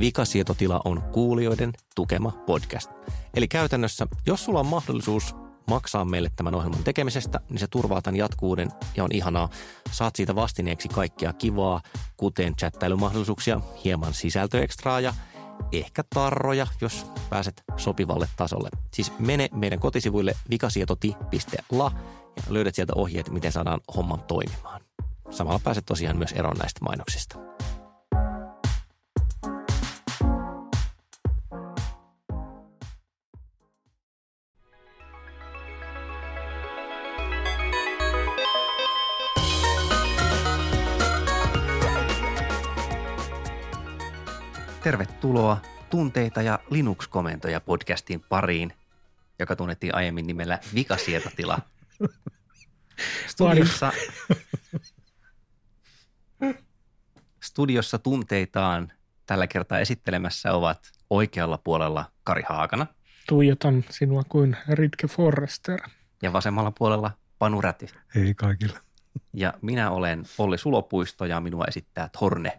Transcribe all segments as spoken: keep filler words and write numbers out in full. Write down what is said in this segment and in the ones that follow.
Vikasietotila on kuulijoiden tukema podcast. Eli käytännössä, jos sulla on mahdollisuus maksaa meille tämän ohjelman tekemisestä, niin se turvaa tämän jatkuuden ja on ihanaa. Saat siitä vastineeksi kaikkea kivaa, kuten chattailumahdollisuuksia, hieman sisältöekstraa ja ehkä tarroja, jos pääset sopivalle tasolle. Siis mene meidän kotisivuille vikasietoti piste la ja löydät sieltä ohjeet, miten saadaan homman toimimaan. Samalla pääset tosiaan myös eroon näistä mainoksista. Tervetuloa Tunteita ja Linux-komentoja podcastin pariin, joka tunnettiin aiemmin nimellä Vikasietotila. Studiossa, studiossa tunteitaan tällä kertaa esittelemässä ovat oikealla puolella Kari Haakana. Tuijotan sinua kuin Ritke Forrester. Ja vasemmalla puolella Panu Räty. Hei kaikille. Ja minä olen Olli Sulopuisto ja minua esittää Torne.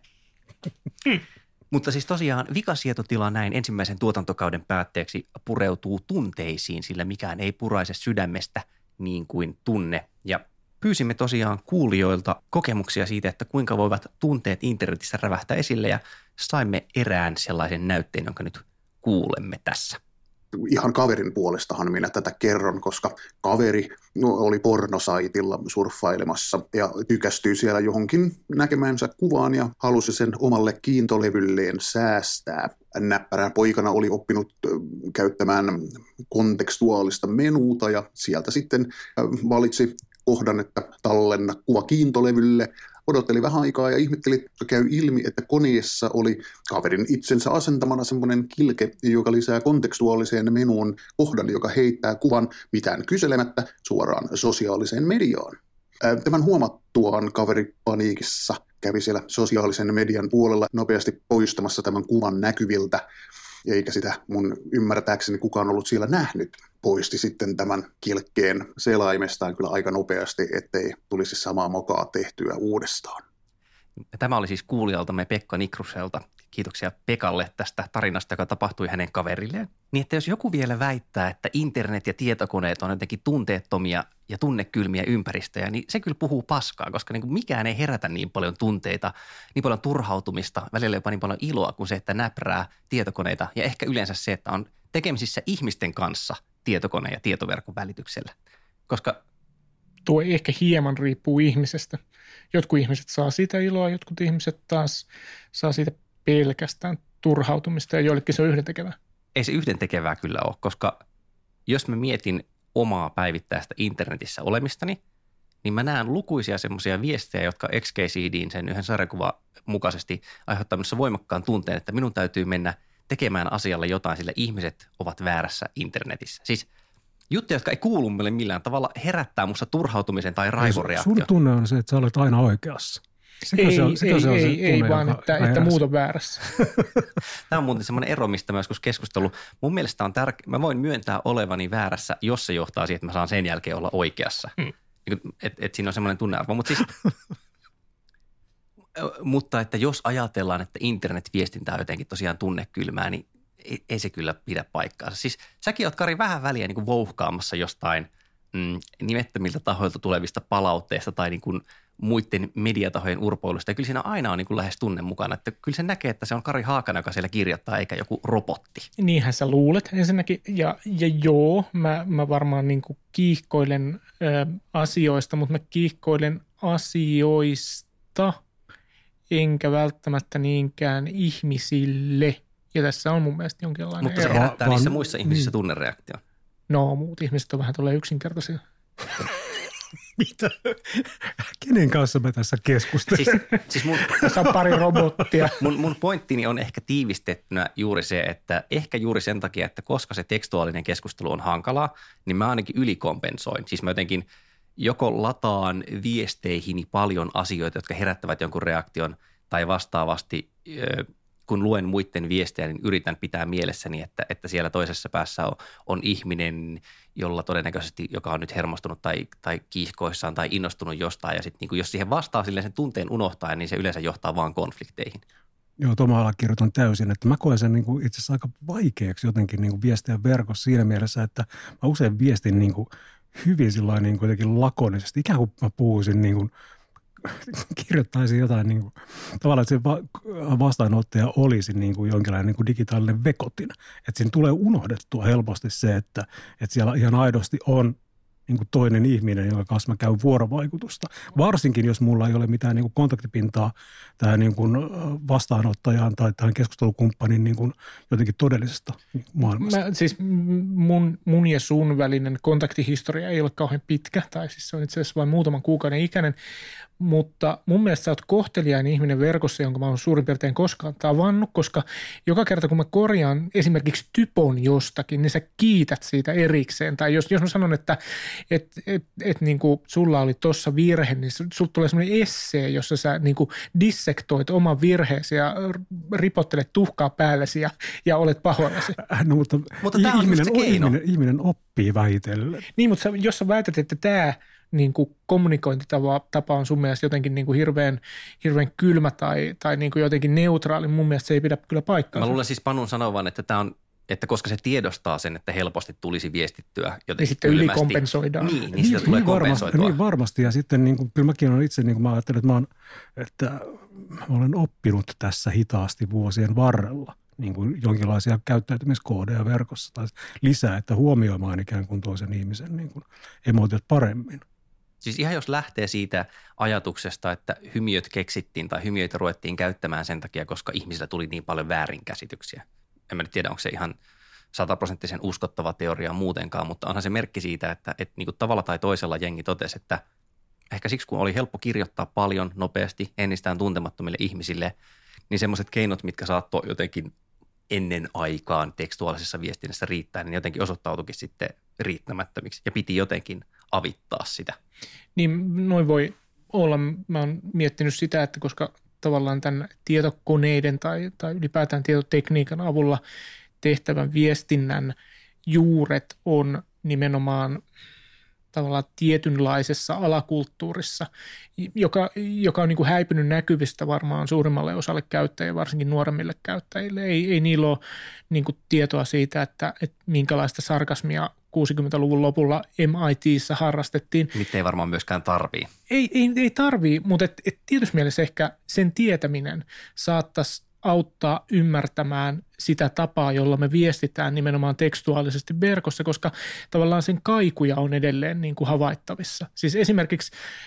Mutta siis tosiaan Vikasietotila näin ensimmäisen tuotantokauden päätteeksi pureutuu tunteisiin, sillä mikään ei puraise sydämestä niin kuin tunne. Ja pyysimme tosiaan kuulijoilta kokemuksia siitä, että kuinka voivat tunteet internetissä rävähtää esille ja saimme erään sellaisen näytteen, jonka nyt kuulemme tässä. Ihan kaverin puolestahan minä tätä kerron, koska kaveri no, oli pornosaitilla surffailemassa ja tykästyi siellä johonkin näkemänsä kuvaan ja halusi sen omalle kiintolevylleen säästää. Näppärä poikana oli oppinut käyttämään kontekstuaalista menuuta ja sieltä sitten valitsi kohdan, että tallenna kuva kiintolevylle. Odotteli vähän aikaa ja ihmetteli, että käy ilmi, että koneessa oli kaverin itsensä asentamana semmoinen kilke, joka lisää kontekstuaaliseen menuun kohdan, joka heittää kuvan mitään kyselemättä suoraan sosiaaliseen mediaan. Tämän huomattuaan kaveri paniikissa kävi siellä sosiaalisen median puolella nopeasti poistamassa tämän kuvan näkyviltä, eikä sitä mun ymmärtääkseni kukaan ollut siellä nähnyt. Poisti sitten tämän kilkkeen selaimestaan kyllä aika nopeasti, ettei tulisi samaa mokaa tehtyä uudestaan. Tämä oli siis kuulijaltamme Pekka Nikruselta. Kiitoksia Pekalle tästä tarinasta, joka tapahtui hänen kaverilleen. Niin, että jos joku vielä väittää, että internet ja tietokoneet on jotenkin tunteettomia ja tunnekylmiä ympäristöjä, niin se kyllä puhuu paskaa, koska niin kuin mikään ei herätä niin paljon tunteita, niin paljon turhautumista, välillä jopa niin paljon iloa kuin se, että näprää tietokoneita ja ehkä yleensä se, että on tekemisissä ihmisten kanssa tietokoneen ja tietoverkon välityksellä, koska tuo ehkä hieman riippuu ihmisestä. Jotkut ihmiset saa siitä iloa, jotkut ihmiset taas saa siitä pelkästään turhautumista ja joillekin se on yhdentekevää. Ei se yhdentekevää kyllä ole, koska jos mä mietin omaa päivittäistä internetissä olemistani, niin mä näen lukuisia semmoisia viestejä, jotka X K C D:n sen yhden sarjakuvan mukaisesti aiheuttaa minussa voimakkaan tunteen, että minun täytyy mennä tekemään asialle jotain, sillä ihmiset ovat väärässä internetissä. Siis juttuja, jotka ei kuulu meille millään tavalla, herättää musta turhautumisen tai raivoreaktion. Sun tunne on se, että sä olet aina oikeassa. Sekö ei, se on, sekö ei, se on ei, se ei vaan, että, että muut on väärässä. Tämä on muuten semmoinen ero, mistä mä joskus keskustellut. Mun mielestä on tärkeää, mä voin myöntää olevani väärässä, jos se johtaa siihen, että mä saan sen jälkeen olla oikeassa. Hmm. Että et siinä on semmoinen tunnearvo. Mutta siis, mutta että jos ajatellaan, että internetviestintä on jotenkin tosiaan tunnekylmää, niin ei, ei se kyllä pidä paikkaansa. Siis säkin oot, Kari, vähän väliä niin kuin vouhkaamassa jostain mm, nimettömiltä tahoilta tulevista palautteista tai niin kuin muiden mediatahojen urpoilusta. Ja kyllä siinä aina on niin kuin lähes tunne mukana. Että kyllä se näkee, että se on Kari Haakana, joka siellä kirjoittaa, eikä joku robotti. Niinhän sä luulet ensinnäkin. Ja, ja joo, mä, mä varmaan niin kuin kiihkoilen ä, asioista, mutta mä kiihkoilen asioista enkä välttämättä niinkään ihmisille. Ja tässä on mun mielestä jonkinlainen Mutta se ero. herättää niissä muissa ihmisissä niin tunnereaktio. No, muut ihmiset on vähän tolleen yksinkertaisia. Mitä? Kenen kanssa me tässä keskustellaan? Siis, siis mun, tässä on pari robottia. Mun, mun pointtini on ehkä tiivistettynä juuri se, että ehkä juuri sen takia, että koska se tekstuaalinen keskustelu on hankalaa, niin mä ainakin ylikompensoin. Siis mä jotenkin joko lataan viesteihini paljon asioita, jotka herättävät jonkun reaktion, tai vastaavasti kun luen muiden viestejä, niin yritän pitää mielessäni, että, että siellä toisessa päässä on, on ihminen, jolla todennäköisesti, joka on nyt hermostunut tai, tai kiihkoissaan tai innostunut jostain. Ja sitten niin jos siihen vastaa silleen sen tunteen unohtaa, niin se yleensä johtaa vaan konflikteihin. Joo, tuon mä allekirjoitan täysin, että mä koen sen niin kuin itse asiassa aika vaikeaksi jotenkin niin kuin viestiä verkossa siinä mielessä, että mä usein viestin niin kuin hyvin sillain niin kuin jotenkin lakonisesti, ikään kuin mä puhuisin niin kuin, kirjoittaisin jotain niin kuin, tavallaan, että se va- vastaanottaja olisi niin kuin jonkinlainen niin kuin digitaalinen vekotin, että siinä tulee unohdettua helposti se, että, että siellä ihan aidosti on niin kuin toinen ihminen, jonka kanssa mä käyn vuorovaikutusta. Varsinkin, jos mulla ei ole mitään niin kuin kontaktipintaa tähän niin kuin vastaanottajaan tai tähän keskustelukumppanin niin kuin jotenkin todellisesta maailmasta. Mä, siis mun, mun ja sun välinen kontaktihistoria ei ole kauhean pitkä, tai siis se on itse asiassa vain muutaman kuukauden ikäinen, mutta mun mielestä sä oot kohteliain ihminen verkossa, jonka mä oon suurin piirtein koskaan tavannut, koska joka kerta kun mä korjaan esimerkiksi typon jostakin, niin sä kiität siitä erikseen. Tai jos, jos mä sanon, että et, et, et, niin kuin sulla oli tossa virhe, niin sulta tulee semmoinen essee, jossa sä niin kuin dissektoit oman virheesi ja ripottelet tuhkaa päällesi ja, ja olet pahoillasi. No mutta, mutta tämä on ihminen, just se keino. ihminen, ihminen oppii vähitellen. Niin, mutta sä, jos sä väität, että tämä niin kuin kommunikointitapa tapa on sun mielestä jotenkin niin kuin hirveän, hirveän kylmä tai, tai niin kuin jotenkin neutraali, mun mielestä se ei pidä kyllä paikkaansa. Mä luulen siis Panun sanovan, että tämä on, että koska se tiedostaa sen, että helposti tulisi viestittyä jotenkin niin sitten kylmästi. ylikompensoidaan. Niin, niin sitä tulee niin kompensoitua. Varmasti, niin varmasti ja sitten niin kuin, kyllä mäkin olen itse, niin kuin mä ajattelen, että mä, on, että mä olen oppinut tässä hitaasti vuosien varrella niin kuin jonkinlaisia käyttäytymiskoodeja verkossa tai lisää, että huomioimaan ikään kuin toisen ihmisen niin kuin emotiot paremmin. Siis ihan jos lähtee siitä ajatuksesta, että hymiöt keksittiin tai hymiöitä ruvettiin käyttämään sen takia, koska ihmisillä tuli niin paljon väärinkäsityksiä. En mä nyt tiedä, onko se ihan sataprosenttisen uskottava teoria muutenkaan, mutta onhan se merkki siitä, että, että niin kuin tavalla tai toisella jengi totesi, että ehkä siksi kun oli helppo kirjoittaa paljon nopeasti ennestään tuntemattomille ihmisille, niin semmoiset keinot, mitkä saattoi jotenkin ennen aikaan tekstuaalisessa viestinnässä riittää, niin jotenkin osoittautuikin sitten riittämättömiksi ja piti jotenkin avittaa sitä. Niin noin voi olla. Mä oon miettinyt sitä, että koska tavallaan tämän tietokoneiden tai, tai ylipäätään tietotekniikan avulla tehtävän viestinnän juuret on nimenomaan tavallaan tietynlaisessa alakulttuurissa, joka, joka on niin kuin häipynyt näkyvistä varmaan suurimmalle osalle käyttäjille, varsinkin nuoremmille käyttäjille. Ei, ei niillä ole niin kuin tietoa siitä, että, että minkälaista sarkasmia kuusikymmentäluvun lopulla M I T:ssä harrastettiin. Mitä ei varmaan myöskään tarvii. Ei, ei, ei tarvii, mutta et, et tietysti mielessä ehkä sen tietäminen saattaisi auttaa ymmärtämään sitä tapaa, jolla me viestitään nimenomaan tekstuaalisesti verkossa, koska tavallaan sen kaikuja on edelleen niin kuin havaittavissa. Siis esimerkiksi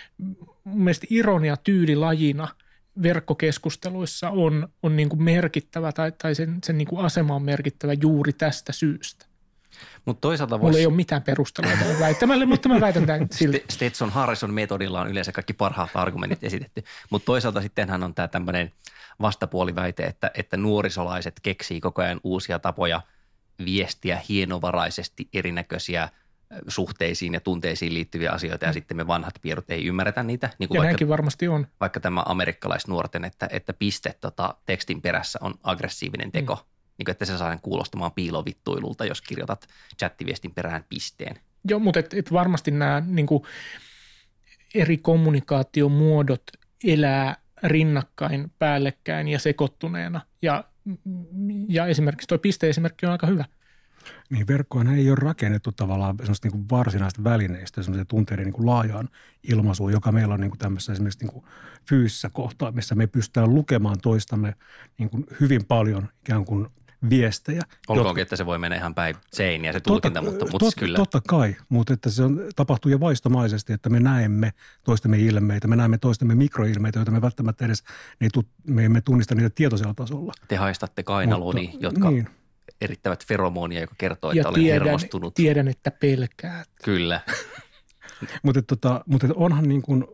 mun mielestä ironia tyylilajina verkkokeskusteluissa on, on niin kuin merkittävä tai, tai sen, sen niin kuin asema on merkittävä juuri tästä syystä. Mut toisaalta Mulla vois... ei ole mitään perustelua tälle väittämälle, mutta mä väitän tämän silti. Stetson Harrison metodilla on yleensä kaikki parhaat argumentit esitetty, mutta toisaalta sittenhän on tämä tämmöinen vastapuoliväite, että, että nuorisolaiset keksii koko ajan uusia tapoja viestiä hienovaraisesti erinäköisiä suhteisiin ja tunteisiin liittyviä asioita ja mm. sitten me vanhat pierut ei ymmärretä niitä. Niin kuin ja vaikka, näinkin varmasti on. Vaikka tämä amerikkalaisnuorten, että, että piste tota, tekstin perässä on aggressiivinen teko. Mm. Niin kuin, että se saa kuulostamaan piilovittuilulta, jos kirjoitat chattiviestin perään pisteen. Joo, mutta et, et varmasti nämä niin kuin eri kommunikaatiomuodot elää rinnakkain, päällekkäin ja sekoittuneena. Ja, ja esimerkiksi tuo piste-esimerkki on aika hyvä. Niin verkkoon ei ole rakennettu tavallaan semmoista niin kuin varsinaista välineistä, semmoisia tunteiden niin kuin laajaan ilmaisuun, joka meillä on niin kuin tämmöisessä esimerkiksi niin kuin fyysisessä kohtaa, missä me pystytään lukemaan toistamme niin kuin hyvin paljon ikään kuin viestejä. Olkoonkin, jotka... että se voi mennä ihan päin seiniä se tulkinta, totta, mutta, mutta tot, siis kyllä. Totta kai, mutta että se on, tapahtuu jo vaistomaisesti, että me näemme toistemme ilmeitä, me näemme toistemme mikroilmeitä, joita me välttämättä edes ne tu, me emme tunnista niitä tietoisella tasolla. Te haistatte kainaloni, mutta, jotka niin. erittävät feromonia, joka kertoo, että ja olen tiedän, hermostunut. tiedän, että pelkäät. Kyllä. mutta, tota, mutta onhan niin kuin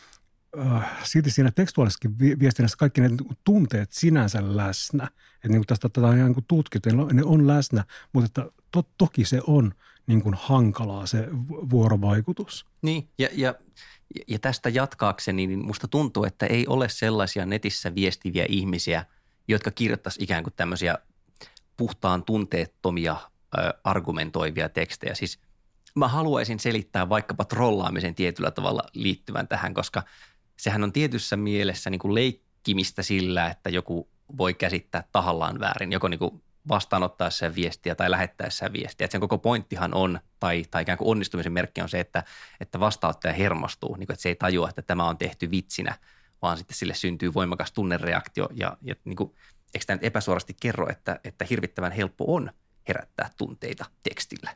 äh, silti siinä tekstuaalisessakin viestinnässä kaikki ne tunteet sinänsä läsnä. Että niin kuin tästä tätä on ihan tutkittu, ne on läsnä, mutta että to, toki se on niin kuin hankalaa se vuorovaikutus. Niin, ja, ja, ja tästä jatkaakseni, niin musta tuntuu, että ei ole sellaisia netissä viestiviä ihmisiä, jotka kirjoittaisi ikään kuin tämmöisiä puhtaan tunteettomia ö, argumentoivia tekstejä. Siis mä haluaisin selittää vaikkapa trollaamisen tietyllä tavalla liittyvän tähän, koska sehän on tietyssä mielessä niin kuin leikkimistä sillä, että joku voi käsittää tahallaan väärin, joko niin kuin vastaanottaessaan viestiä tai lähettäessään viestiä. Että sen koko pointtihan on, tai, tai ikään kuin onnistumisen merkki on se, että, että vastaanottaja hermostuu, niin kuin, että se ei tajua, että tämä on tehty vitsinä, vaan sitten sille syntyy voimakas tunnereaktio. Ja, ja niin kuin, eikö tämä nyt epäsuorasti kerro, että, että hirvittävän helppo on herättää tunteita tekstillä?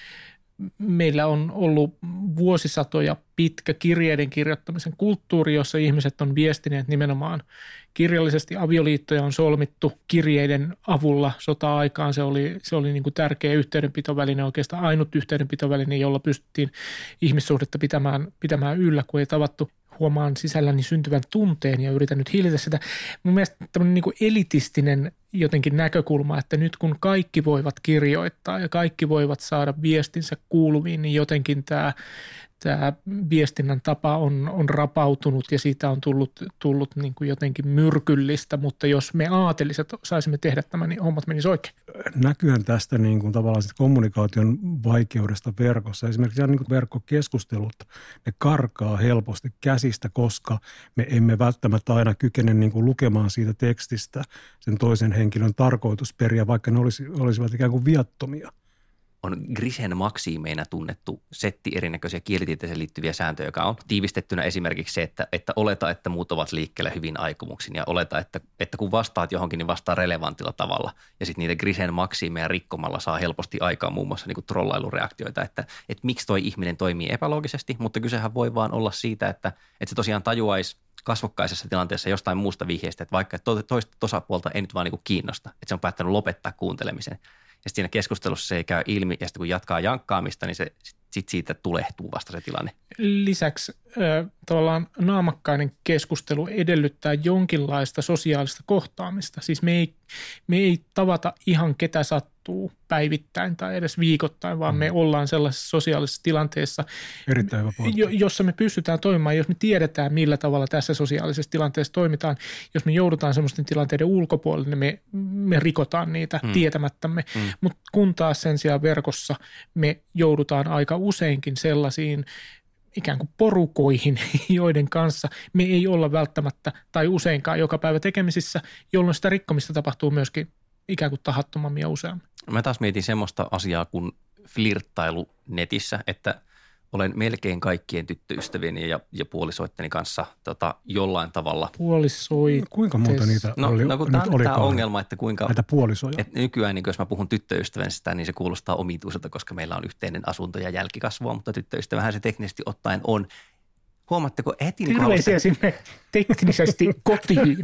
Meillä on ollut vuosisatoja pitkä kirjeiden kirjoittamisen kulttuuri, jossa ihmiset on viestineet nimenomaan kirjallisesti. Avioliittoja on solmittu kirjeiden avulla sota-aikaan. Se oli, se oli niin kuin tärkeä yhteydenpitoväline, oikeastaan ainut yhteydenpitoväline, jolla pystyttiin ihmissuhdetta pitämään, pitämään yllä, kun ei tavattu. Huomaan sisälläni syntyvän tunteen ja yritän nyt hillitä sitä. Mun mielestä tämmöinen niin kuin elitistinen jotenkin näkökulma, että nyt kun kaikki voivat kirjoittaa ja kaikki voivat saada viestinsä kuuluviin, niin jotenkin tämä, tämä viestinnän tapa on, on rapautunut ja siitä on tullut, tullut niin kuin jotenkin myrkyllistä, mutta jos me aateliset saisimme tehdä tämän, niin hommat menisi oikein. Näkyään tästä niin kuin tavallaan kommunikaation vaikeudesta verkossa. Esimerkiksi niin kuin verkkokeskustelut, ne karkaa helposti käsistä, koska me emme välttämättä aina kykene niin kuin lukemaan siitä tekstistä sen toisen henkilön tarkoitusperiä, vaikka ne olisi, olisivat ikään kuin viattomia. On Grisen maksiimeina tunnettu setti erinäköisiä kielitieteeseen liittyviä sääntöjä, joka on tiivistettynä esimerkiksi se, että, että oleta, että muut ovat liikkeellä hyvin aikomuksin ja oleta, että, että kun vastaat johonkin, niin vastaa relevantilla tavalla. Ja sitten niitä Grisen maksiimeja rikkomalla saa helposti aikaan muun muassa niin kuin trollailureaktioita, että, että miksi toi ihminen toimii epäloogisesti, mutta kysehän voi vaan olla siitä, että, että se tosiaan tajuaisi kasvokkaisessa tilanteessa jostain muusta vihjeestä, että vaikka toista osapuolta ei nyt vaan niin kuin kiinnosta, että se on päättänyt lopettaa kuuntelemisen. Ja siinä keskustelussa se ei käy ilmi, ja sitten kun jatkaa jankkaamista, niin se sit siitä tulehtuu vasta se tilanne. Lisäksi äh, tavallaan naamakkainen keskustelu edellyttää jonkinlaista sosiaalista kohtaamista. Siis me ei, me ei tavata ihan ketä sattuu päivittäin tai edes viikoittain, vaan mm. me ollaan sellaisessa sosiaalisessa tilanteessa, Erittäin hyvä pointti. jo, jossa me pystytään toimimaan, jos me tiedetään, millä tavalla tässä sosiaalisessa tilanteessa toimitaan. Jos me joudutaan semmoisten tilanteiden ulkopuolelle, niin me, me rikotaan niitä mm. tietämättämme. Mm. Mutta kun taas sen sijaan verkossa me joudutaan aika useinkin sellaisiin ikään kuin porukoihin, joiden kanssa me ei olla välttämättä tai useinkaan joka päivä tekemisissä, jolloin sitä rikkomista tapahtuu myöskin ikään kuin tahattomammin ja useammin. Mä taas mietin semmoista asiaa kuin flirttailu netissä, että olen melkein kaikkien tyttöystävieni ja, ja puolisoitteni kanssa tota, jollain tavalla. Puolisoittes. Kuinka monta niitä no, oli? No kun tämä on tämä ongelma, että kuinka näitä puolisoja. Että nykyään, niin jos mä puhun tyttöystävästä, niin se kuulostaa omituiselta, koska meillä on yhteinen asunto ja jälkikasvua, mutta tyttöystävähän se teknisesti ottaen on. Huomaatteko heti? Niin Terveisiä haluaisitte... sinne teknisesti kotiin.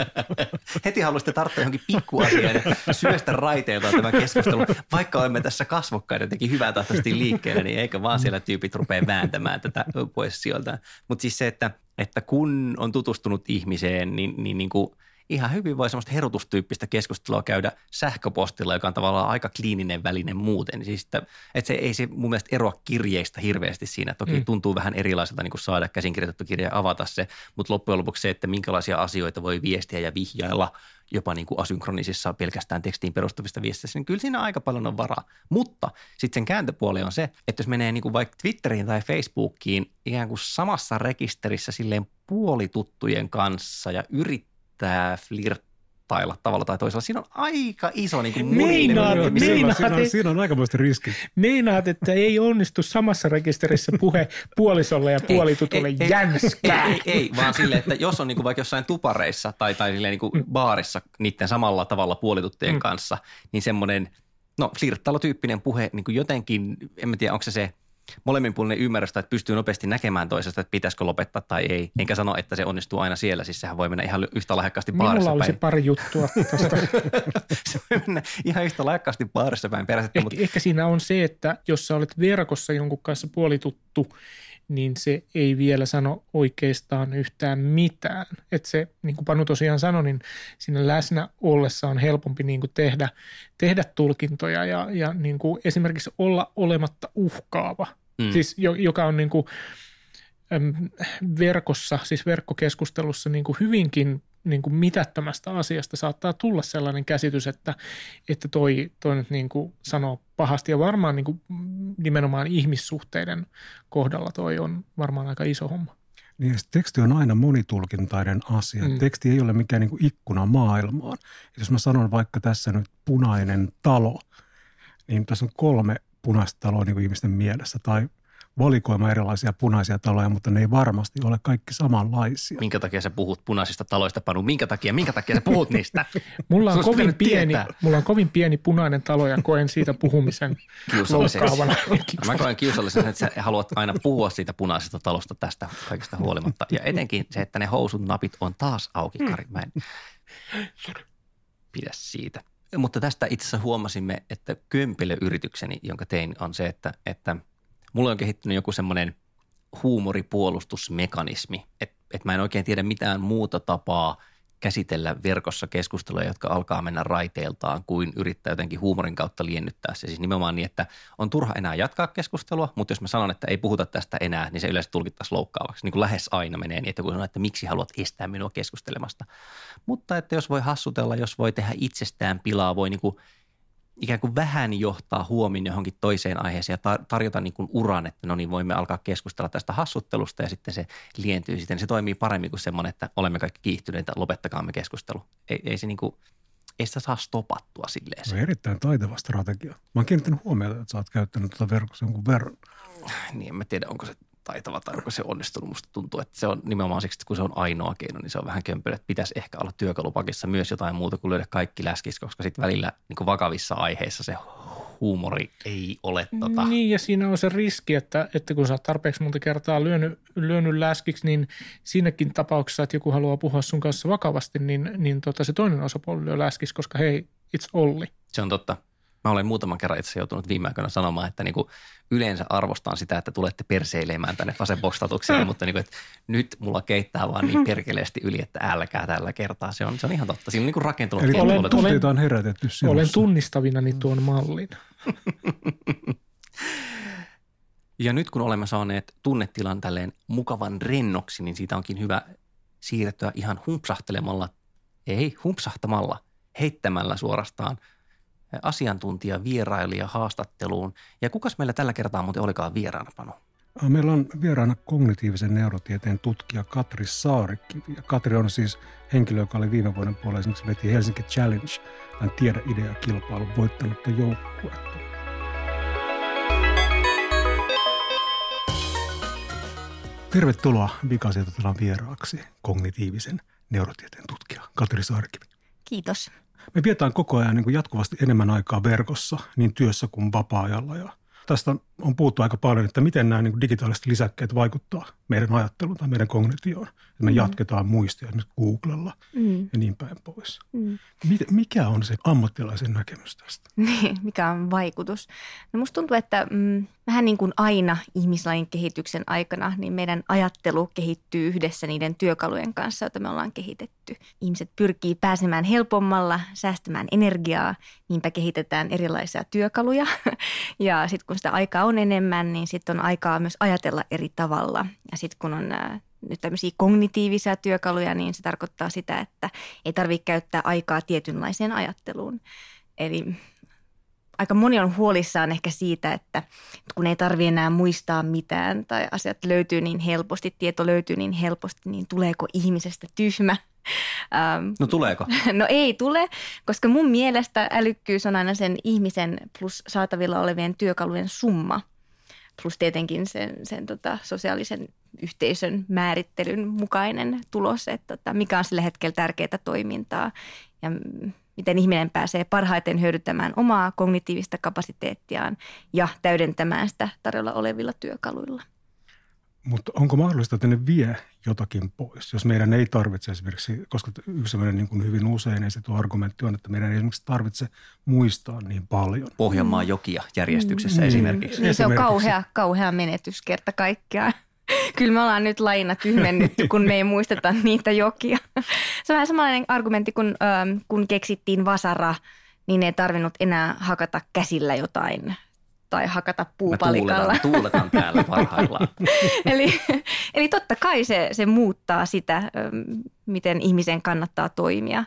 Heti haluaisitte tarttua johonkin pikkuasiaan ja syöstä raiteiltaan tämä keskustelu. Vaikka olemme tässä kasvokkaiden jotenkin hyvää tahtoisesti liikkeellä, niin eikö vaan siellä tyypit rupea vääntämään tätä pois sieltä. Mutta siis se, että, että kun on tutustunut ihmiseen, niin, niin, niin kuin ihan hyvin voi semmoista herutustyyppistä keskustelua käydä sähköpostilla, joka on tavallaan aika kliininen väline muuten. Siis että, että se ei se mun mielestä eroa kirjeistä hirveästi siinä. Toki mm. tuntuu vähän erilaiselta niin kuin saada käsinkirjoitettu kirja ja avata se, mutta loppujen lopuksi se, että minkälaisia asioita voi viestiä ja vihjailla jopa niin kuin asynkronisissa pelkästään tekstiin perustuvista viesteissä, niin kyllä siinä aika paljon on varaa. Mutta sitten sen kääntöpuoli on se, että jos menee niin kuin vaikka Twitteriin tai Facebookiin ikään kuin samassa rekisterissä silleen puolituttujen kanssa ja yrittää tämä flirttailla tavalla tai toisella. Siinä on aika iso niin kuin meinaat, meinaat, meinaat, siinä, on, siinä on aikamoista riski. Meinaat, että ei onnistu samassa rekisterissä puhe puolisolle ja puolitutulle ei, jänskää. Ei, ei, ei, vaan silleen, että jos on niin kuin vaikka jossain tupareissa tai, tai silleen niin kuin mm. baarissa niiden samalla tavalla puolituttujen mm. kanssa, niin semmoinen no flirttailutyyppinen puhe niin kuin jotenkin, en mä tiedä, onko se se molemminpuolinen ymmärrystä, että pystyy nopeasti näkemään toisesta, että pitäisikö lopettaa tai ei. Enkä sano, että se onnistuu aina siellä. Siis sehän voi mennä ihan yhtä lahjakkaasti baarissa päin. Minulla olisi pari juttua tästä. Se voi mennä ihan yhtä lahjakkaasti baarissa päin perässä. Eh, mutta... Ehkä siinä on se, että jos sä olet verkossa jonkun kanssa puolituttu, niin se ei vielä sano oikeastaan yhtään mitään. Että se, niin kuin Panu tosiaan sanoi, niin siinä läsnä ollessa on helpompi niin kuin tehdä, tehdä tulkintoja ja, ja niin kuin esimerkiksi olla olematta uhkaava. Mm. Siis joka on niin kuin verkossa, siis verkkokeskustelussa niin kuin hyvinkin niin kuin mitättömästä asiasta saattaa tulla sellainen käsitys, että, että toi, toi nyt niin kuin sanoo pahasti ja varmaan niin kuin nimenomaan ihmissuhteiden kohdalla toi on varmaan aika iso homma. Niin, teksti on aina monitulkintainen asia. Mm. Teksti ei ole mikään niin kuin ikkuna maailmaan. Et jos mä sanon vaikka tässä nyt punainen talo, niin tässä on kolme punaista taloa niin kuin ihmisten mielessä tai valikoima erilaisia punaisia taloja, mutta ne ei varmasti ole kaikki samanlaisia. Minkä takia sä puhut punaisista taloista, Panu? Minkä takia? Minkä takia sä puhut niistä? mulla, on kovin pieni, mulla on kovin pieni punainen talo ja koen siitä puhumisen loukkaavana. Mä koen kiusalliseksi, että sä haluat aina puhua siitä punaisesta talosta tästä kaikesta huolimatta. Ja etenkin se, että ne housut napit on taas auki, Kari. Mä en pidä siitä. Mutta tästä itse asiassa huomasimme, että kömpelöyritykseni, jonka tein, on se, että, että mulla on kehittynyt joku semmoinen huumoripuolustusmekanismi, että, että mä en oikein tiedä mitään muuta tapaa käsitellä verkossa keskusteluja, jotka alkaa mennä raiteiltaan, kuin yrittää jotenkin huumorin kautta liennyttää se. Siis nimenomaan niin, että on turha enää jatkaa keskustelua, mutta jos mä sanon, että ei puhuta tästä enää, niin se yleensä tulkittaisiin loukkaavaksi. Niin kuin lähes aina menee niin, että kun sanoo, että miksi haluat estää minua keskustelemasta. Mutta että jos voi hassutella, jos voi tehdä itsestään pilaa, voi niin kuin ikään kuin vähän johtaa huomioon johonkin toiseen aiheeseen ja tarjota niin kuin uran, että no niin, voimme alkaa keskustella tästä hassuttelusta ja sitten se lientyy sitten. Se toimii paremmin kuin semmoinen, että olemme kaikki kiihtyneitä, lopettakaamme keskustelu. Ei, ei se niin kuin, ei sitä saa stopattua silleen. Se on erittäin taitava strategia. Mä oon kiinnittänyt huomiota, että sä oot käyttänyt tuota verkossa jonkun verran. Niin, en mä tiedä, onko se taitava tai onko se onnistunut. Musta tuntuu, että se on nimenomaan siksi, että kun se on ainoa keino, niin se on vähän kömpelö, että pitäisi ehkä olla työkalupakissa myös jotain muuta kuin löydä kaikki läskis, koska sitten välillä niin kuin vakavissa aiheissa se huumori ei ole tota. Niin, ja siinä on se riski, että, että kun sä oot tarpeeksi monta kertaa lyönyt, lyönyt läskiksi, niin siinäkin tapauksessa, että joku haluaa puhua sun kanssa vakavasti, niin, niin tota se toinen osapuoli lyö läskiksi, koska hei, it's Olli. Se on totta. Mä olen muutaman kerran itse joutunut viime aikoina sanomaan, että niin kuin yleensä arvostan sitä, että tulette perseilemään tänne Fasebox-statukseen, mutta niin kuin, että nyt mulla keittää vaan niin perkeleesti yli, että älkää tällä kertaa. Se on, se on ihan totta. Siinä on niin kuin rakentunut. Eli olen, tunteita on herätetty sinussa. Olen tunnistavinani tuon mallin. Ja nyt kun olemme saaneet tunnetilan tälleen mukavan rennoksi, niin siitä onkin hyvä siirtyä ihan humpsahtelemalla, ei humpsahtamalla, heittämällä suorastaan asiantuntija, vierailija haastatteluun. Ja kukas meillä tällä kertaa muuten olikaan vieraana, Panu? Meillä on vieraana kognitiivisen neurotieteen tutkija Katri Saarikivi. Ja Katri on siis henkilö, joka oli viime vuoden puolella esimerkiksi veti Helsinki Challenge, tämän tiede-idea-kilpailun voittanutta joukkuetta. Tervetuloa Vikasietotilan vieraaksi kognitiivisen neurotieteen tutkija Katri Saarikivi. Kiitos. Me vietetään koko ajan niin kuin jatkuvasti enemmän aikaa verkossa, niin työssä kuin vapaa-ajalla. Ja tästä on puhuttu aika paljon, että miten nämä niin kuin digitaaliset lisäkkeet vaikuttaa meidän ajatteluun tai meidän kognitioon. Että me mm. jatketaan muistia esimerkiksi Googlella mm. ja niin päin pois. Mm. Mikä on se ammattilaisen näkemys tästä? Niin, mikä on vaikutus? No musta tuntuu, että mm, vähän niin kuin aina ihmislajin kehityksen aikana, niin meidän ajattelu kehittyy yhdessä niiden työkalujen kanssa, joita me ollaan kehitetty. Ihmiset pyrkii pääsemään helpommalla, säästämään energiaa, niinpä kehitetään erilaisia työkaluja. Ja sitten kun sitä aikaa on enemmän, niin sitten on aikaa myös ajatella eri tavalla. Ja sitten kun on äh, nyt tämmöisiä kognitiivisia työkaluja, niin se tarkoittaa sitä, että ei tarvitse käyttää aikaa tietynlaiseen ajatteluun. Eli aika moni on huolissaan ehkä siitä, että kun ei tarvitse enää muistaa mitään tai asiat löytyy niin helposti, tieto löytyy niin helposti, niin tuleeko ihmisestä tyhmä? No tuleeko? No ei tule, koska mun mielestä älykkyys on aina sen ihmisen plus saatavilla olevien työkalujen summa. Plus tietenkin sen, sen tota, sosiaalisen yhteisön määrittelyn mukainen tulos, että tota, mikä on sillä hetkellä tärkeää toimintaa ja miten ihminen pääsee parhaiten hyödyntämään omaa kognitiivista kapasiteettiaan ja täydentämään sitä tarjolla olevilla työkaluilla. Mutta onko mahdollista, että ne vie jotakin pois, jos meidän ei tarvitse esimerkiksi, koska yksi sellainen niin kuin hyvin usein esitetty argumentti on, että meidän ei esimerkiksi tarvitse muistaa niin paljon. Pohjanmaan jokia järjestyksessä mm. esimerkiksi. Niin se on kauhea, kauhea menetys kerta kaikkiaan. Kyllä me ollaan nyt lajina tyhmennytty, kun me ei muisteta niitä jokia. Se on vähän samanlainen argumentti, kun, ähm, kun keksittiin vasara, niin ei tarvinnut enää hakata käsillä jotain tai hakata puupalikalla. Mä tuuletan, tuuletan täällä parhaillaan. eli, eli totta kai se, se muuttaa sitä, miten ihmisen kannattaa toimia.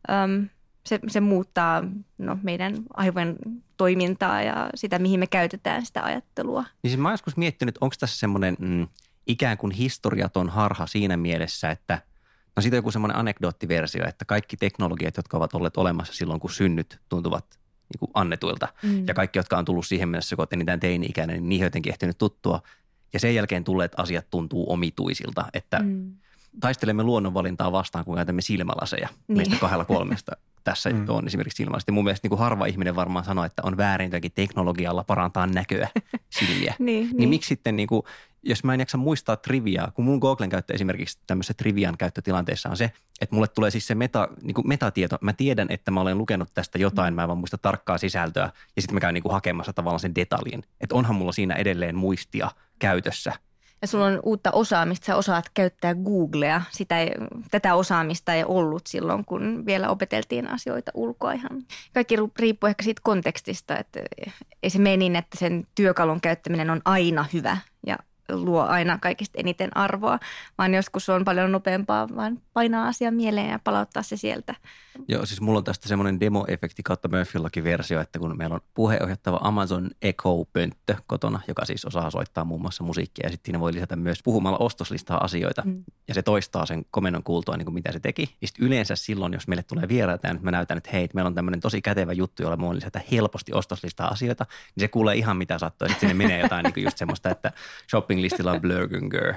Se, se muuttaa no, meidän aivojen toimintaa ja sitä, mihin me käytetään sitä ajattelua. Niin siis mä oon joskus miettinyt, onko tässä semmoinen mm, ikään kuin historiaton harha siinä mielessä, että no siitä on joku semmoinen anekdoottiversio, että kaikki teknologiat, jotka ovat olleet olemassa silloin, kun synnyt tuntuvat niin kuin annetuilta. Mm. Ja kaikki, jotka on tullut siihen mennessä, kun olet enintään teini-ikäinen, niin niihin jotenkin ehtinyt tuttua. Ja sen jälkeen tulleet asiat tuntuu omituisilta, että mm. taistelemme luonnonvalintaa vastaan, kun käytämme silmälaseja. Niin. Meistä kahdella kolmesta tässä mm. on esimerkiksi silmälasit. Ja mun mielestä niin kuin harva ihminen varmaan sanoo, että on väärin jotenkin teknologialla parantaa näköä silmiä. niin, niin. niin miksi sitten, niin kuin, jos mä en jaksa muistaa triviaa, kun mun Googlen käyttö esimerkiksi tämmöisessä trivian käyttötilanteessa on se, että mulle tulee siis se meta, niin kuin metatieto. Mä tiedän, että mä olen lukenut tästä jotain, mä en vaan muista tarkkaa sisältöä ja sitten mä käyn niin kuin hakemassa tavallaan sen detaljin. Että onhan mulla siinä edelleen muistia käytössä. Ja sulla on uutta osaamista, sä osaat käyttää Googlea. Sitä ei, tätä osaamista ei ollut silloin, kun vielä opeteltiin asioita ulkoa ihan. Kaikki riippuu ehkä siitä kontekstista, että ei se mene niin, että sen työkalun käyttäminen on aina hyvä ja luo aina kaikista eniten arvoa, vaan joskus on paljon nopeampaa vaan painaa asian mieleen ja palauttaa se sieltä. Joo, siis mulla on tästä semmoinen demo-efekti kautta Murphyllakin versio, että kun meillä on puheenohjattava Amazon Echo-pönttö kotona, joka siis osaa soittaa muun muassa musiikkia ja sitten siinä voi lisätä myös puhumalla ostoslistaa asioita mm. ja se toistaa sen komennon kuultua niin kuin mitä se teki. Ja sitten yleensä silloin, jos meille tulee vieraita ja nyt mä näytän, että hei, meillä on tämmöinen tosi kätevä juttu, jolla voi lisätä helposti ostoslistaa asioita, niin se kuulee ihan mitä sattuu ja sitten sinne menee jotain niin kuin just semmoista, että shopping-listillä on Blurgnger.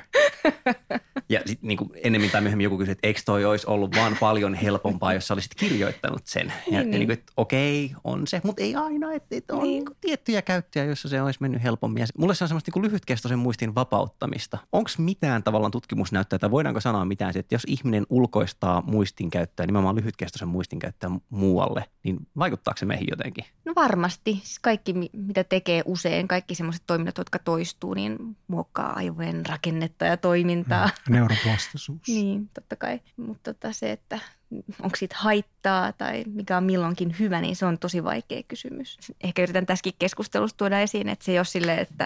Ja sitten niin ennemmin tai myöhemmin joku kysyi, että eikö toi olisi ollut vaan paljon helpompaa, jos sä olisit kirjoittanut sen. Ja, niin, ja niin kuin, että okei, on se, mutta ei aina, että, että on niin. Niin tiettyjä käyttöjä, joissa se olisi mennyt helpommin. Ja mulle se on semmoista niin lyhytkestoisen muistin vapauttamista. Onko mitään tavallaan tutkimusnäyttöä, tai voidaanko sanoa mitään, että jos ihminen ulkoistaa muistin käyttöä, nimenomaan lyhytkestoisen muistin käyttöä muualle, niin vaikuttaako se meihin jotenkin? No varmasti. Siis kaikki, mitä tekee usein, kaikki semmoiset toiminnot, jotka toistuu, niin muokkaa aivojen rakennetta ja toimintaa. Mm, neuroplastisuus. Niin, totta kai. Mutta tota se, että onko siitä haittaa tai mikä on milloinkin hyvä, niin se on tosi vaikea kysymys. Ehkä yritän tässäkin keskustelussa tuoda esiin, että se ei ole silleen, että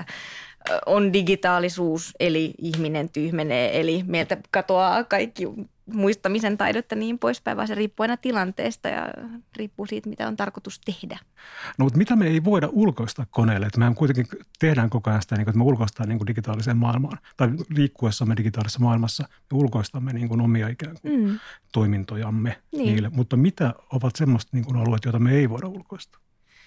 on digitaalisuus, eli ihminen tyhmenee, eli meiltä katoaa kaikki muistamisen taidot ja niin poispäin, vaan se riippuu aina tilanteesta ja riippuu siitä, mitä on tarkoitus tehdä. No mutta mitä me ei voida ulkoistaa koneelle? Että mehän kuitenkin tehdään koko ajan sitä, että me ulkoistaan niin kuin digitaaliseen maailmaan tai liikkuessamme digitaalisessa maailmassa me ulkoistamme niin kuin omia ikään kuin mm. toimintojamme niin. niille. Mutta mitä ovat semmoista niin kuin alueet, joita me ei voida ulkoistaa?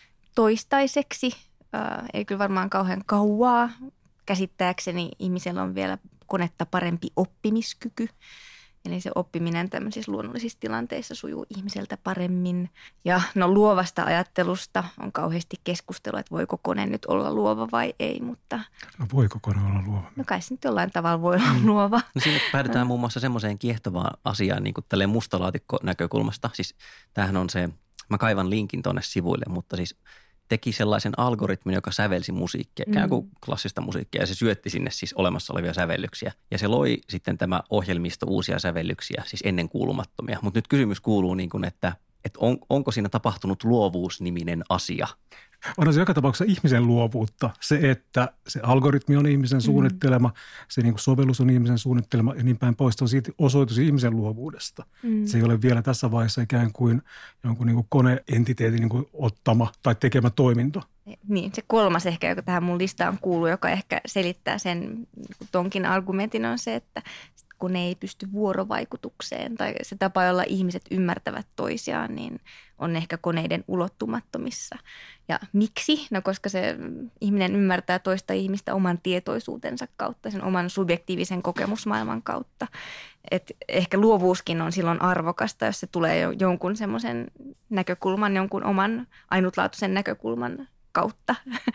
Toistaiseksi äh, ei kyllä varmaan kauhean kauaa. Käsittääkseni ihmisellä on vielä konetta parempi oppimiskyky. Eli se oppiminen tämmöisissä luonnollisissa tilanteissa sujuu ihmiseltä paremmin. Ja no luovasta ajattelusta on kauheasti keskustelua, että voiko kone nyt olla luova vai ei, mutta... No voiko kone olla luova? No kai se nyt jollain tavalla voi olla luova. No siinä päädytään muun muassa semmoiseen kiehtovaan asiaan niin kuin tälleen mustalaatikko-näkökulmasta. Siis tämähän on se, mä kaivan linkin tuonne sivuille, mutta siis... teki sellaisen algoritmin, joka sävelsi musiikkia, ikään kuin klassista musiikkia, ja se syötti sinne siis olemassa olevia sävellyksiä. Ja se loi sitten tämä ohjelmisto uusia sävellyksiä, siis ennen kuulumattomia. Mutta nyt kysymys kuuluu, niin kuin, että, että on, onko siinä tapahtunut luovuusniminen asia? On se joka tapauksessa ihmisen luovuutta. Se, että se algoritmi on ihmisen suunnittelema, mm. se niin kuin sovellus on ihmisen suunnittelema ja niin päin pois. Se on siitä osoitus ihmisen luovuudesta. Mm. Se ei ole vielä tässä vaiheessa ikään kuin jonkun niin kuin koneentiteetin niin kuin ottama tai tekemä toiminto. Niin, se kolmas ehkä, joka tähän mun listaan kuuluu, joka ehkä selittää sen tonkin argumentin on se, että kun ne ei pysty vuorovaikutukseen tai se tapa, jolla ihmiset ymmärtävät toisiaan, niin on ehkä koneiden ulottumattomissa. Ja miksi? No koska se ihminen ymmärtää toista ihmistä oman tietoisuutensa kautta, sen oman subjektiivisen kokemusmaailman kautta. Et ehkä luovuuskin on silloin arvokasta, jos se tulee jonkun semmoisen näkökulman, jonkun oman ainutlaatuisen näkökulman kautta.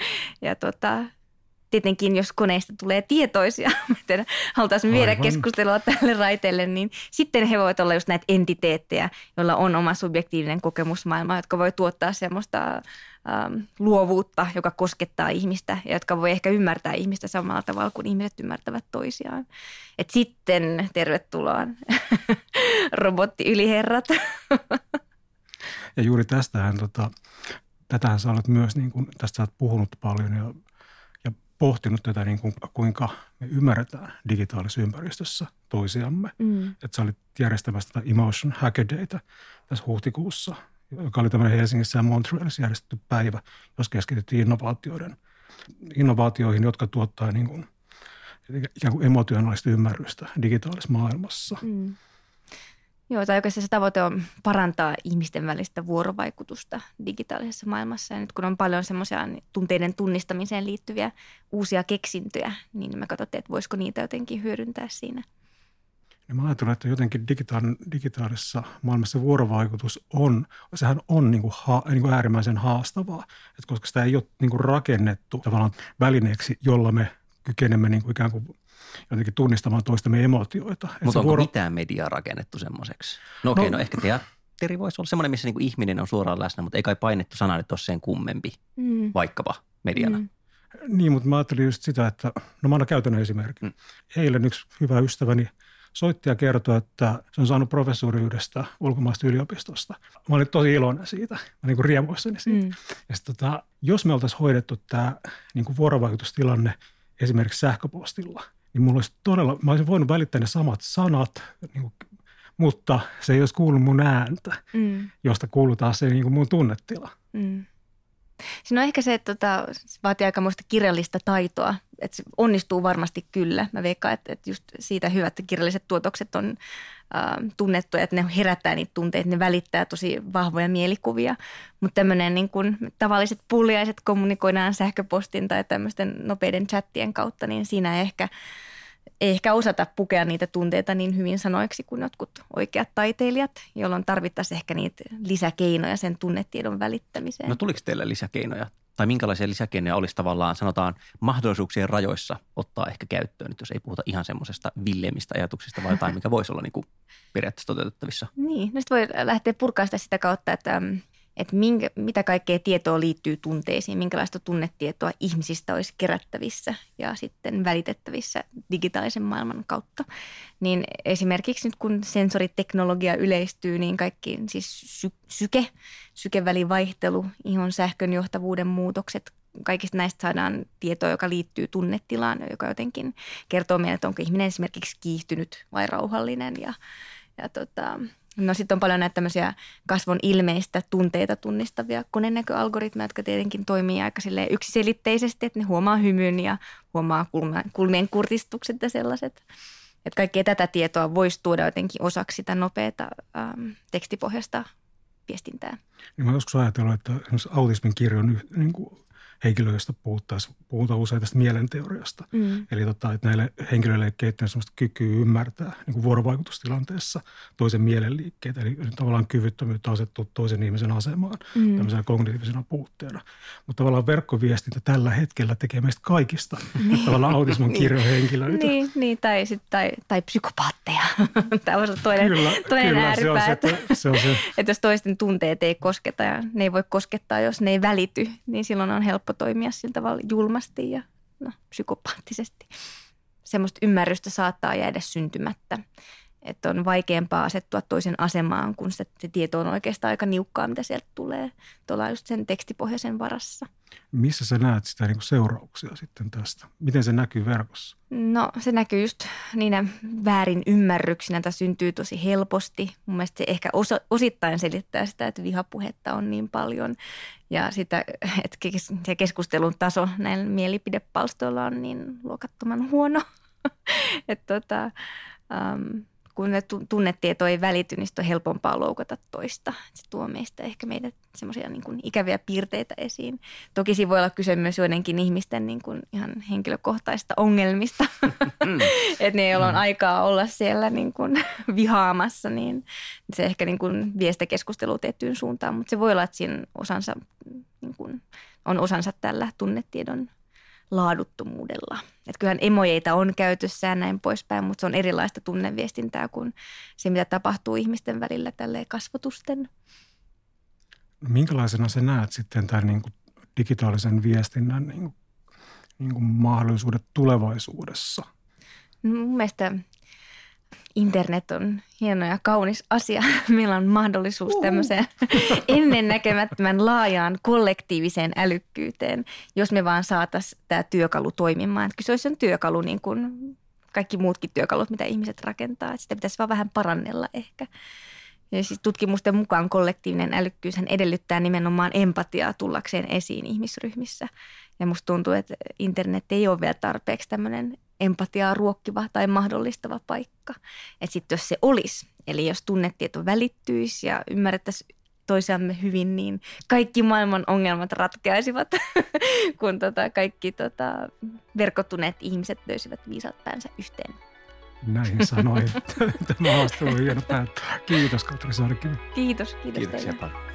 Ja tota... Tietenkin, jos koneista tulee tietoisia, miten halutaan viedä keskustelua tälle raiteelle, niin sitten he voivat olla just näitä entiteettejä, joilla on oma subjektiivinen kokemusmaailma, jotka voi tuottaa semmoista ähm, luovuutta, joka koskettaa ihmistä ja jotka voi ehkä ymmärtää ihmistä samalla tavalla kuin ihmiset ymmärtävät toisiaan. Et sitten tervetuloa robottiyliherrat. Ja juuri tästähän, tota, tätähän sä olet myös, niin kun, tästä sä olet puhunut paljon ja pohtinut tätä, niin kuin, kuinka me ymmärretään digitaalisessa ympäristössä toisiamme. Mm. Että sä olit järjestämässä tätä Emotion Hacker Dayta tässä huhtikuussa, joka oli tämmöinen Helsingissä ja Montrealissa järjestetty päivä, jos keskityttiin innovaatioiden, innovaatioihin, jotka tuottaa niin kuin ikään kuin emotionaalista ymmärrystä digitaalisessa maailmassa. Mm. Joo, tai oikeastaan se tavoite on parantaa ihmisten välistä vuorovaikutusta digitaalisessa maailmassa. Ja nyt kun on paljon semmoisia tunteiden tunnistamiseen liittyviä uusia keksintöjä, niin me katsotte, että voisiko niitä jotenkin hyödyntää siinä. Ja mä ajattelen, että jotenkin digitaal- digitaalisessa maailmassa vuorovaikutus on, sehän on niin kuin ha, niin kuin äärimmäisen haastavaa, että koska sitä ei ole niin kuin rakennettu tavallaan välineeksi, jolla me kykenemme niin kuin ikään kuin jotenkin tunnistamaan toistemme emotioita. Mutta onko vuoro... mitään mediaa rakennettu semmoiseksi? No okei, okay, no, no ehkä teatteri voisi olla semmoinen, missä niin kuin ihminen on suoraan läsnä, mutta ei kai painettu sana nyt ole sen kummempi, mm. vaikkapa mediana. Mm. Niin, mutta mä ajattelin just sitä, että no mä annan käytännön esimerkin. Mm. Eilen yksi hyvä ystäväni soitti ja kertoi, että se on saanut professuuri yhdestä ulkomaista yliopistosta. Mä olin tosi iloinen siitä, mä niin kuin riemuissani siitä. Mm. Ja sit, tota, jos me oltaisiin hoidettu tämä niin kuin vuorovaikutustilanne esimerkiksi sähköpostilla, niin mulla olisi todella, mä olisin voinut välittää ne samat sanat, niin kuin, mutta se ei olisi kuullut mun ääntä, mm. josta kuuluu taas se niin kuin mun tunnetila. Mm. Siinä on ehkä se, että tota, se vaatii aikamoista kirjallista taitoa, että se onnistuu varmasti kyllä. Mä veikkaan, että, että just siitä hyvät kirjalliset tuotokset on äh, tunnettuja, että ne herättää niitä tunteita, ne välittää tosi vahvoja mielikuvia. Mutta tämmöinen niin kuin tavalliset pulliaiset kommunikoidaan sähköpostin tai tämmöisten nopeiden chattien kautta, niin siinä ei ehkä, ei ehkä osata pukea niitä tunteita niin hyvin sanoiksi kuin jotkut oikeat taiteilijat, jolloin tarvittaisiin ehkä niitä lisäkeinoja sen tunnetiedon välittämiseen. No tuliko teille lisäkeinoja? Tai minkälaisia lisäkeinoja olisi tavallaan, sanotaan, mahdollisuuksien rajoissa ottaa ehkä käyttöön, nyt jos ei puhuta ihan semmoisesta villeimmistä ajatuksista, vai jotain, mikä voisi olla niin kuin periaatteessa toteutettavissa? Niin, no sitten voi lähteä purkaa sitä, sitä kautta, että, että minkä, mitä kaikkea tietoa liittyy tunteisiin, minkälaista tunnetietoa ihmisistä olisi kerättävissä ja sitten välitettävissä digitaalisen maailman kautta. Niin esimerkiksi nyt kun sensoriteknologia yleistyy, niin kaikki siis sy- syke, sykevälivaihtelu, ihon sähkön johtavuuden muutokset, kaikista näistä saadaan tietoa, joka liittyy tunnetilaan, joka jotenkin kertoo meille, että onko ihminen esimerkiksi kiihtynyt vai rauhallinen ja, ja tota... No sitten on paljon näitä tämmöisiä kasvon ilmeistä tunteita tunnistavia konenäköalgoritmeja, jotka tietenkin toimii aika silleen yksiselitteisesti, että ne huomaa hymyn ja huomaa kulmien kurtistukset ja sellaiset. Että kaikkea tätä tietoa voisi tuoda jotenkin osaksi sitä nopeata ähm, tekstipohjasta viestintää. Niin mä joskus ajatellut, että esimerkiksi autismin kirjo on niin kuin henkilö, josta puhutaan usein tästä mielenteoriasta. Mm. Eli tota, että näille henkilöille ei kehittynyt sellaista kykyä ymmärtää niin kuin vuorovaikutustilanteessa toisen mielenliikkeitä. Eli tavallaan kyvyttömyyttä asettua toisen ihmisen asemaan mm. tämmöisenä kognitiivisena puutteena. Mutta tavallaan verkkoviestintä tällä hetkellä tekee meistä kaikista niin. tavallaan autismin kirjohenkilöitä. Niin, niin tai, sit, tai, tai psykopaatteja. Tämä on toinen, kyllä, toinen kyllä, ääripää. Se on se, että, se on se. Että jos toisten tunteet ei kosketa ja ne ei voi koskettaa, jos ne ei välity, niin silloin on helppo toimia sillä tavalla julmasti ja no, psykopaattisesti. Semmoista ymmärrystä saattaa jäädä syntymättä, että on vaikeampaa asettua toisen asemaan, kun se, se tieto on oikeastaan aika niukkaa, mitä sieltä tulee. Tuolla just sen tekstipohjaisen varassa. Missä sä näet sitä niin kuin seurauksia sitten tästä? Miten se näkyy verkossa? No se näkyy just niinä väärin ymmärryksinä, että syntyy tosi helposti. Mun mielestä se ehkä osa, osittain selittää sitä, että vihapuhetta on niin paljon. Ja sitä, että se keskustelun taso näillä mielipidepalstoilla on niin luokattoman huono. että tota... Um, kun ne tunnetieto ei välity, niin on helpompaa loukata toista. Se tuo meistä ehkä meidän semmoisia niin kuin ikäviä piirteitä esiin. Toki siinä voi olla kyse myös joidenkin ihmisten niin kuin ihan henkilökohtaista ongelmista. Mm. Että ne ei ole mm. aikaa olla siellä niin kuin vihaamassa, niin se ehkä niin kuin vie sitä keskustelua tiettyyn suuntaan. Mutta se voi olla, että siinä osansa, niin kuin, on osansa tällä tunnetiedon laaduttomuudella. Että kyllähän emojeita on käytössä ja näin poispäin, mutta se on erilaista tunneviestintää kuin se, mitä tapahtuu ihmisten välillä tälleen kasvotusten. Minkälaisena sä näet sitten tämän niin kuin digitaalisen viestinnän niin kuin, niin kuin mahdollisuudet tulevaisuudessa? No, mun mielestä internet on hieno ja kaunis asia. Meillä on mahdollisuus tämmöiseen ennennäkemättömän laajaan kollektiiviseen älykkyyteen, jos me vaan saataisiin tämä työkalu toimimaan. Kyllä se olisi sen työkalu niin kuin kaikki muutkin työkalut, mitä ihmiset rakentaa. Että sitä pitäisi vaan vähän parannella ehkä. Ja siis tutkimusten mukaan kollektiivinen älykkyyshän edellyttää nimenomaan empatiaa tullakseen esiin ihmisryhmissä. Ja musta tuntuu, että internet ei ole vielä tarpeeksi tämmöinen empatiaa ruokkiva tai mahdollistava paikka. Että sitten jos se olisi, eli jos tunnetieto välittyisi ja ymmärrettäisiin toisiamme hyvin, niin kaikki maailman ongelmat ratkeaisivat, kun tota kaikki tota verkottuneet ihmiset löysivät viisaat päänsä yhteen. Näihin sanoin. Tämä haastattelu on hieno päättää. Kiitos Katri Sarkkinen. Kiitos, kiitos Kiitoksia teille. paljon.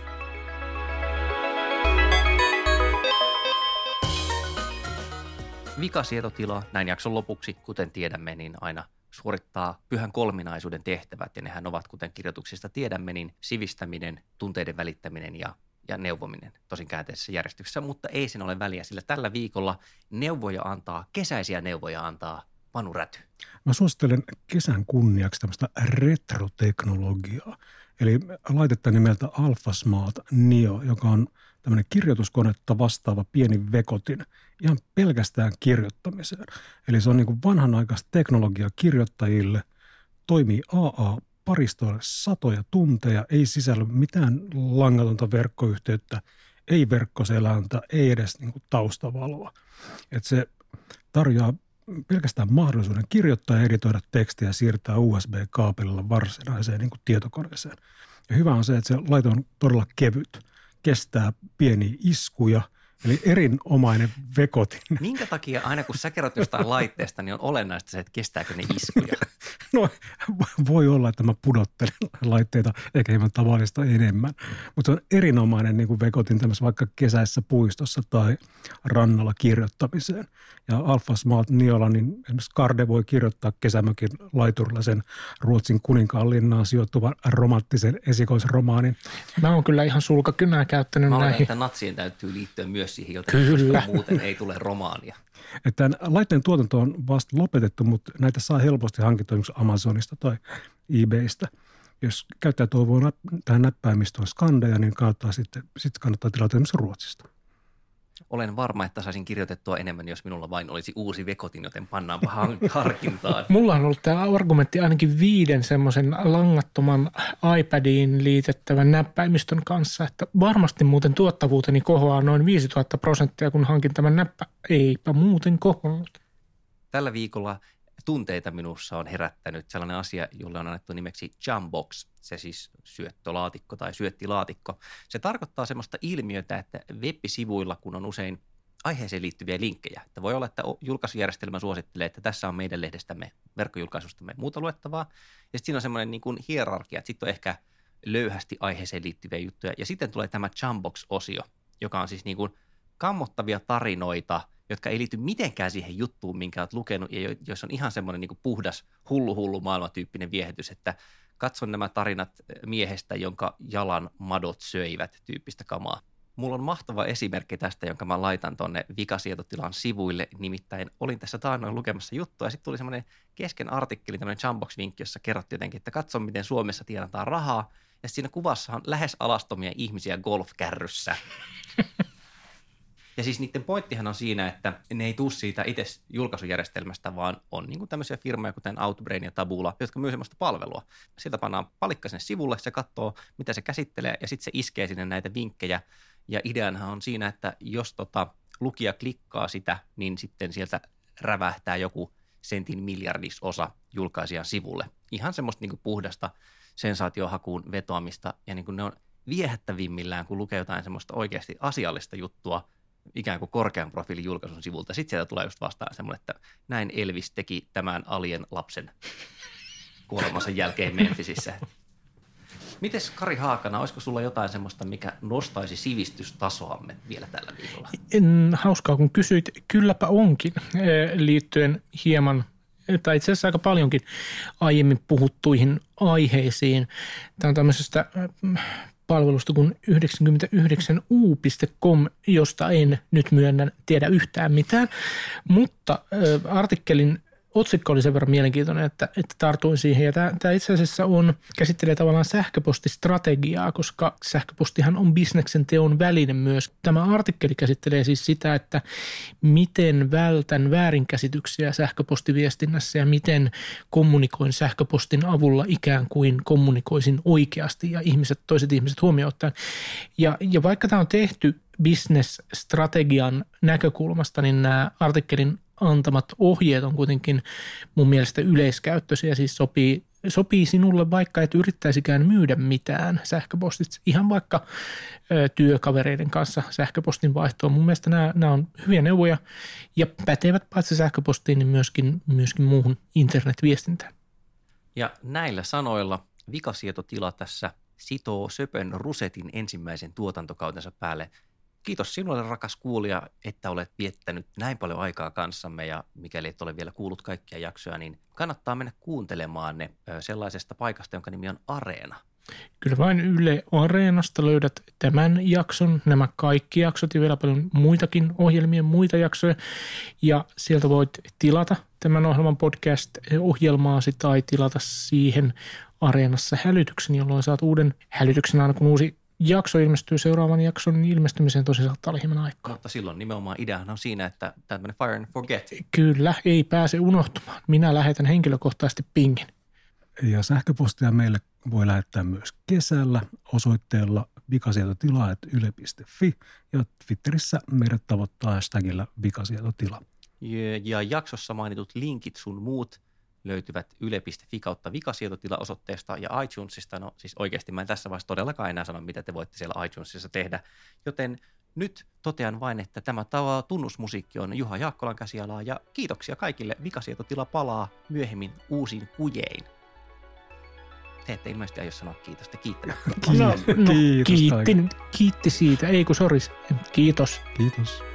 Vikasietotila näin jakson lopuksi, kuten tiedämme, niin aina suorittaa pyhän kolminaisuuden tehtävät, ja nehän ovat, kuten kirjoituksista tiedämme, niin sivistäminen, tunteiden välittäminen ja, ja neuvominen, tosin käänteisessä järjestyksessä, mutta ei sen ole väliä, sillä tällä viikolla neuvoja antaa, kesäisiä neuvoja antaa Panu Räty. Mä suosittelen kesän kunniaksi tämmöistä retroteknologiaa, eli laitetta nimeltä AlphaSmart Neo, joka on tämmöinen kirjoituskonetta vastaava pieni vekotin ihan pelkästään kirjoittamiseen. Eli se on niin kuin vanhanaikaista teknologiaa kirjoittajille, toimii A A-paristoille satoja tunteja, ei sisällä mitään langatonta verkkoyhteyttä, ei verkkoseläntä, ei edes niin kuin taustavaloa. Että se tarjoaa pelkästään mahdollisuuden kirjoittaa ja editoida tekstiä ja siirtää U S B-kaapelilla varsinaiseen niin kuin tietokoneeseen. Ja hyvä on se, että se laite on todella kevyt, kestää pieniä iskuja, eli erinomainen vekotin. Minkä takia aina kun sä kerrot jostain laitteesta, niin on olennaista se, että kestääkö ne iskuja? No voi olla, että mä pudottelen laitteita ehkä hieman tavallista enemmän, mutta se on erinomainen niin kuin vekotin tämmöisessä vaikka kesäisessä puistossa tai rannalla kirjoittamiseen. Ja AlphaSmart Neolla, niin esimerkiksi Karde voi kirjoittaa kesämökin laiturilla sen Ruotsin kuninkaanlinnaan sijoittuvan romanttisen esikoisromaanin. Mä oon kyllä ihan sulkakynää käyttänyt Mä olen, näihin. että natsien täytyy liittyä myös siihen, joten Kyllä. muuten ei tule romaania. Että tämän laitteen tuotanto on vasta lopetettu, mutta näitä saa helposti hankittua esimerkiksi Amazonista tai eBaystä. Jos käyttäjä toivoo nä- tähän näppäimistöön skandeja, niin kannattaa sitten, sitten kannattaa tilata esimerkiksi Ruotsista. Olen varma, että saisin kirjoitettua enemmän, jos minulla vain olisi uusi vekotin, joten pannaanpa harkintaan. Mulla on ollut tämä argumentti ainakin viiden semmoisen langattoman iPadiin liitettävän näppäimistön kanssa, että varmasti muuten tuottavuuteni kohoaa noin viisituhatta prosenttia, kun hankin tämän näppä. Eipä muuten kohonnut. Tällä viikolla tunteita minussa on herättänyt sellainen asia, jolle on annettu nimeksi Jambox, se siis syöttölaatikko tai syöttilaatikko. Se tarkoittaa semmoista ilmiötä, että web-sivuilla, kun on usein aiheeseen liittyviä linkkejä, että voi olla, että julkaisujärjestelmä suosittelee, että tässä on meidän lehdestämme, verkkojulkaisustamme muuta luettavaa, ja sitten siinä on semmoinen niin kuin hierarkia, että sitten on ehkä löyhästi aiheeseen liittyviä juttuja, ja sitten tulee tämä Jambox-osio, joka on siis niin kuin kammottavia tarinoita, jotka ei liity mitenkään siihen juttuun, minkä olet lukenut, ja jos on ihan semmoinen niin kuin puhdas, hullu, hullu maailmatyyppinen viehätys, että katson nämä tarinat miehestä, jonka jalan madot söivät tyyppistä kamaa. Mulla on mahtava esimerkki tästä, jonka mä laitan tuonne Vikasietotilan sivuille, nimittäin olin tässä taannoin lukemassa juttua, ja sitten tuli semmoinen kesken artikkeli, tämmöinen Jambox-vinkki, jossa kerrottiin jotenkin, että katso, miten Suomessa tienataan rahaa, ja siinä kuvassa on lähes alastomia ihmisiä golfkärryssä. Ja siis niiden pointtihan on siinä, että ne ei tule siitä itse julkaisujärjestelmästä, vaan on niin kuin tämmöisiä firmoja, kuten Outbrain ja Taboola, jotka myy semmoista palvelua. Sieltä pannaan palikka sinne sivulle, se katsoo, mitä se käsittelee, ja sitten se iskee sinne näitä vinkkejä. Ja ideanhan on siinä, että jos tota lukija klikkaa sitä, niin sitten sieltä rävähtää joku sentin miljardisosa julkaisijan sivulle. Ihan semmoista niin kuin puhdasta sensaatiohakuun vetoamista, ja niin kuin ne on viehättävimmillään, kun lukee jotain semmoista oikeasti asiallista juttua, ikään kuin korkean profiilin julkaisun sivulta. Sitten sieltä tulee just vastaan semmoinen, että näin Elvis teki tämän alien lapsen kuolemansa jälkeen Memphisissä. Mites Kari Haakana, olisiko sulla jotain semmoista, mikä nostaisi sivistystasoamme vielä tällä viikolla? En, hauskaa kun kysyit, kylläpä onkin liittyen hieman, tai itse asiassa aika paljonkin aiemmin puhuttuihin aiheisiin. Tämä on tämmöisestä palvelusta kuin yhdeksänkymmentäyhdeksän u piste com, josta en nyt myönnän tiedä yhtään mitään, mutta äh, artikkelin otsikko oli sen verran mielenkiintoinen, että, että tartuin siihen. Ja tämä, tämä itse asiassa on, käsittelee tavallaan sähköpostistrategiaa, koska sähköpostihan on bisneksen teon väline myös. Tämä artikkeli käsittelee siis sitä, että miten vältän väärinkäsityksiä sähköpostiviestinnässä ja miten kommunikoin sähköpostin avulla ikään kuin kommunikoisin oikeasti ja ihmiset, toiset ihmiset huomioon ottaen. Ja, ja vaikka tämä on tehty business-strategian näkökulmasta, niin nämä artikkelin antamat ohjeet on kuitenkin mun mielestä yleiskäyttöisiä, siis sopii, sopii sinulle vaikka et yrittäisikään myydä mitään sähköpostitse, ihan vaikka ö, työkavereiden kanssa sähköpostin vaihtoon. Mun mielestä nämä, nämä on hyviä neuvoja ja pätevät paitsi sähköpostiin, niin myöskin, myöskin muuhun internetviestintään. Ja näillä sanoilla vikasietotila tässä sitoo söpön rusetin ensimmäisen tuotantokautensa päälle. Kiitos sinulle, rakas kuulija, että olet viettänyt näin paljon aikaa kanssamme ja mikäli et ole vielä kuullut kaikkia jaksoja, niin kannattaa mennä kuuntelemaan ne sellaisesta paikasta, jonka nimi on Areena. Kyllä vain Yle Areenasta löydät tämän jakson, nämä kaikki jaksot ja vielä paljon muitakin ohjelmien muita jaksoja. Ja sieltä voit tilata tämän ohjelman podcast-ohjelmaasi tai tilata siihen Areenassa hälytyksen, jolloin saat uuden hälytyksen aina kun uusi jakso ilmestyy. Seuraavan jakson ilmestymiseen tosi saattaa olla hieman aikaa. Mutta silloin nimenomaan ideahan on siinä, että tämmöinen fire and forget. Kyllä, ei pääse unohtumaan. Minä lähetän henkilökohtaisesti pingin. Ja sähköpostia meille voi lähettää myös kesällä osoitteella vikasietotila ät yle piste fi ja Twitterissä meidät tavoittaa hashtagillä vikasietotila. Ja, ja jaksossa mainitut linkit sun muut löytyvät yle piste fi kautta vikasietotila osoitteesta ja iTunesista. No siis oikeasti mä en tässä vaiheessa todellakaan enää sano, mitä te voitte siellä iTunesissa tehdä. Joten nyt totean vain, että tämä tunnusmusiikki on Juha Jaakkolan käsialaa ja kiitoksia kaikille. Vikasietotila palaa myöhemmin uusin kujein. Te ette ilmeisesti aio sanoa kiitos, te kiittävät. No, no, kiitti, kiitti siitä, ei kun sori, kiitos. Kiitos.